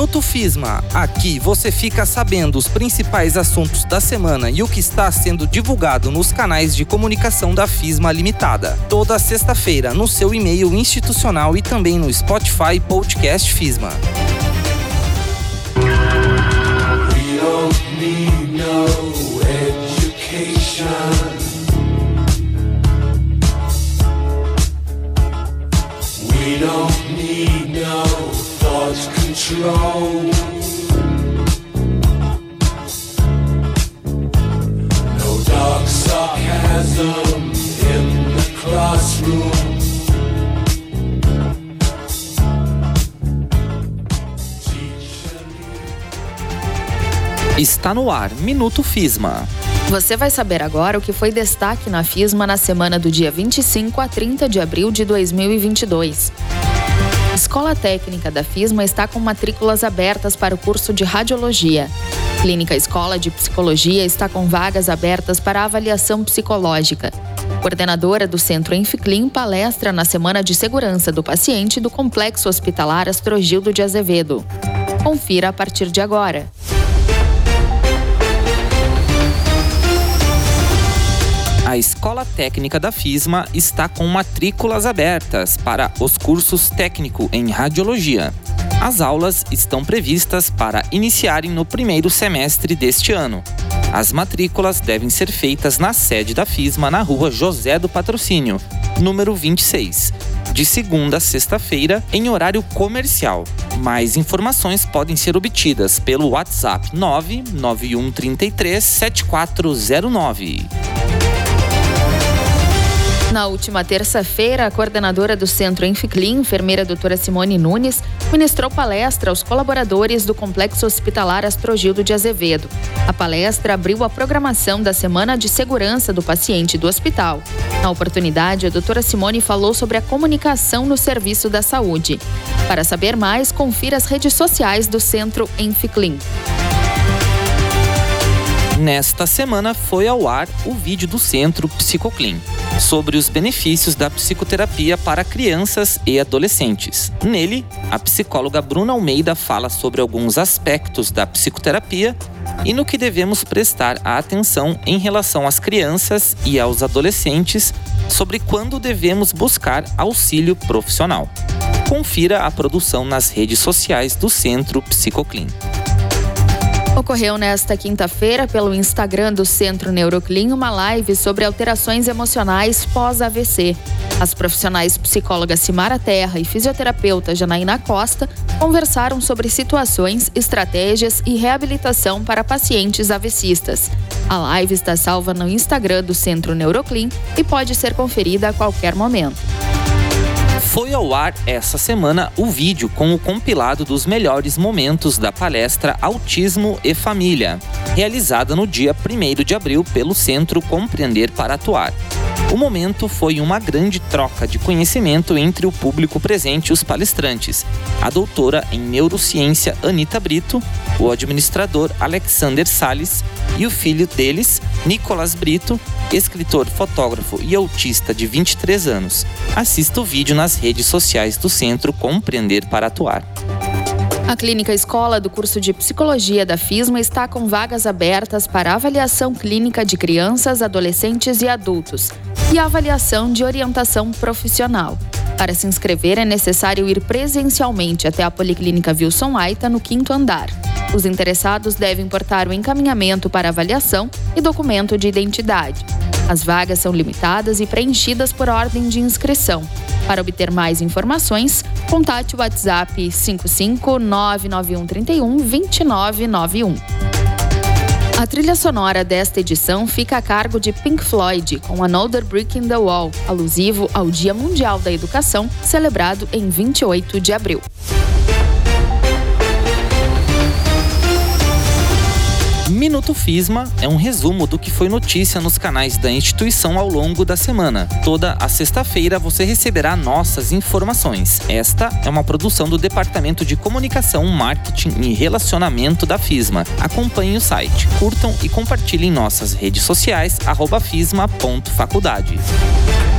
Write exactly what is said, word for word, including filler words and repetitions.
Minuto FISMA. Aqui você fica sabendo os principais assuntos da semana e o que está sendo divulgado nos canais de comunicação da FISMA Limitada. Toda sexta-feira no seu e-mail institucional e também no Spotify Podcast FISMA. We don't need no education. We don't need no thought control. No dark sarcasm in the classroom. Está no ar, Minuto FISMA. Você vai saber agora o que foi destaque na FISMA na semana do dia vinte e cinco a trinta de abril de dois mil e vinte e dois. A Escola Técnica da FISMA está com matrículas abertas para o curso de Radiologia. Clínica Escola de Psicologia está com vagas abertas para avaliação psicológica. Coordenadora do Centro Enficlin palestra na Semana de Segurança do Paciente do Complexo Hospitalar Astrogildo de Azevedo. Confira a partir de agora. A Escola Técnica da FISMA está com matrículas abertas para os cursos técnico em radiologia. As aulas estão previstas para iniciarem no primeiro semestre deste ano. As matrículas devem ser feitas na sede da FISMA na rua José do Patrocínio, número vinte e seis, de segunda a sexta-feira, em horário comercial. Mais informações podem ser obtidas pelo WhatsApp nove nove um três três sete quatro zero nove. Na última terça-feira, a coordenadora do Centro Enficlin, enfermeira doutora Simone Nunes, ministrou palestra aos colaboradores do Complexo Hospitalar Astrogildo de Azevedo. A palestra abriu a programação da Semana de Segurança do Paciente do hospital. Na oportunidade, a doutora Simone falou sobre a comunicação no serviço da saúde. Para saber mais, confira as redes sociais do Centro Enficlin. Nesta semana foi ao ar o vídeo do Centro Psicoclin sobre os benefícios da psicoterapia para crianças e adolescentes. Nele, a psicóloga Bruna Almeida fala sobre alguns aspectos da psicoterapia e no que devemos prestar atenção em relação às crianças e aos adolescentes sobre quando devemos buscar auxílio profissional. Confira a produção nas redes sociais do Centro Psicoclin. Ocorreu nesta quinta-feira, pelo Instagram do Centro Neuroclin, uma live sobre alterações emocionais pós-A V C. As profissionais psicólogas Simara Terra e fisioterapeuta Janaína Costa conversaram sobre situações, estratégias e reabilitação para pacientes AVCistas. A live está salva no Instagram do Centro Neuroclin e pode ser conferida a qualquer momento. Foi ao ar essa semana o vídeo com o compilado dos melhores momentos da palestra Autismo e Família, realizada no dia primeiro de abril pelo Centro Compreender para Atuar. O momento foi uma grande troca de conhecimento entre o público presente e os palestrantes, a doutora em neurociência Anita Brito, o administrador Alexander Salles e o filho deles, Nicolas Brito, escritor, fotógrafo e autista de vinte e três anos. Assista o vídeo nas redes sociais do Centro Compreender para Atuar. A Clínica Escola do curso de Psicologia da FISMA está com vagas abertas para avaliação clínica de crianças, adolescentes e adultos e avaliação de orientação profissional. Para se inscrever, é necessário ir presencialmente até a Policlínica Wilson Aita, no quinto andar. Os interessados devem portar o encaminhamento para avaliação e documento de identidade. As vagas são limitadas e preenchidas por ordem de inscrição. Para obter mais informações, contate o WhatsApp cinco cinco nove nove um três um dois nove nove um. A trilha sonora desta edição fica a cargo de Pink Floyd, com Another Brick in the Wall, alusivo ao Dia Mundial da Educação, celebrado em vinte e oito de abril. Minuto FISMA é um resumo do que foi notícia nos canais da instituição ao longo da semana. Toda a sexta-feira você receberá nossas informações. Esta é uma produção do Departamento de Comunicação, Marketing e Relacionamento da FISMA. Acompanhe o site, curtam e compartilhem nossas redes sociais, arroba fisma ponto faculdade.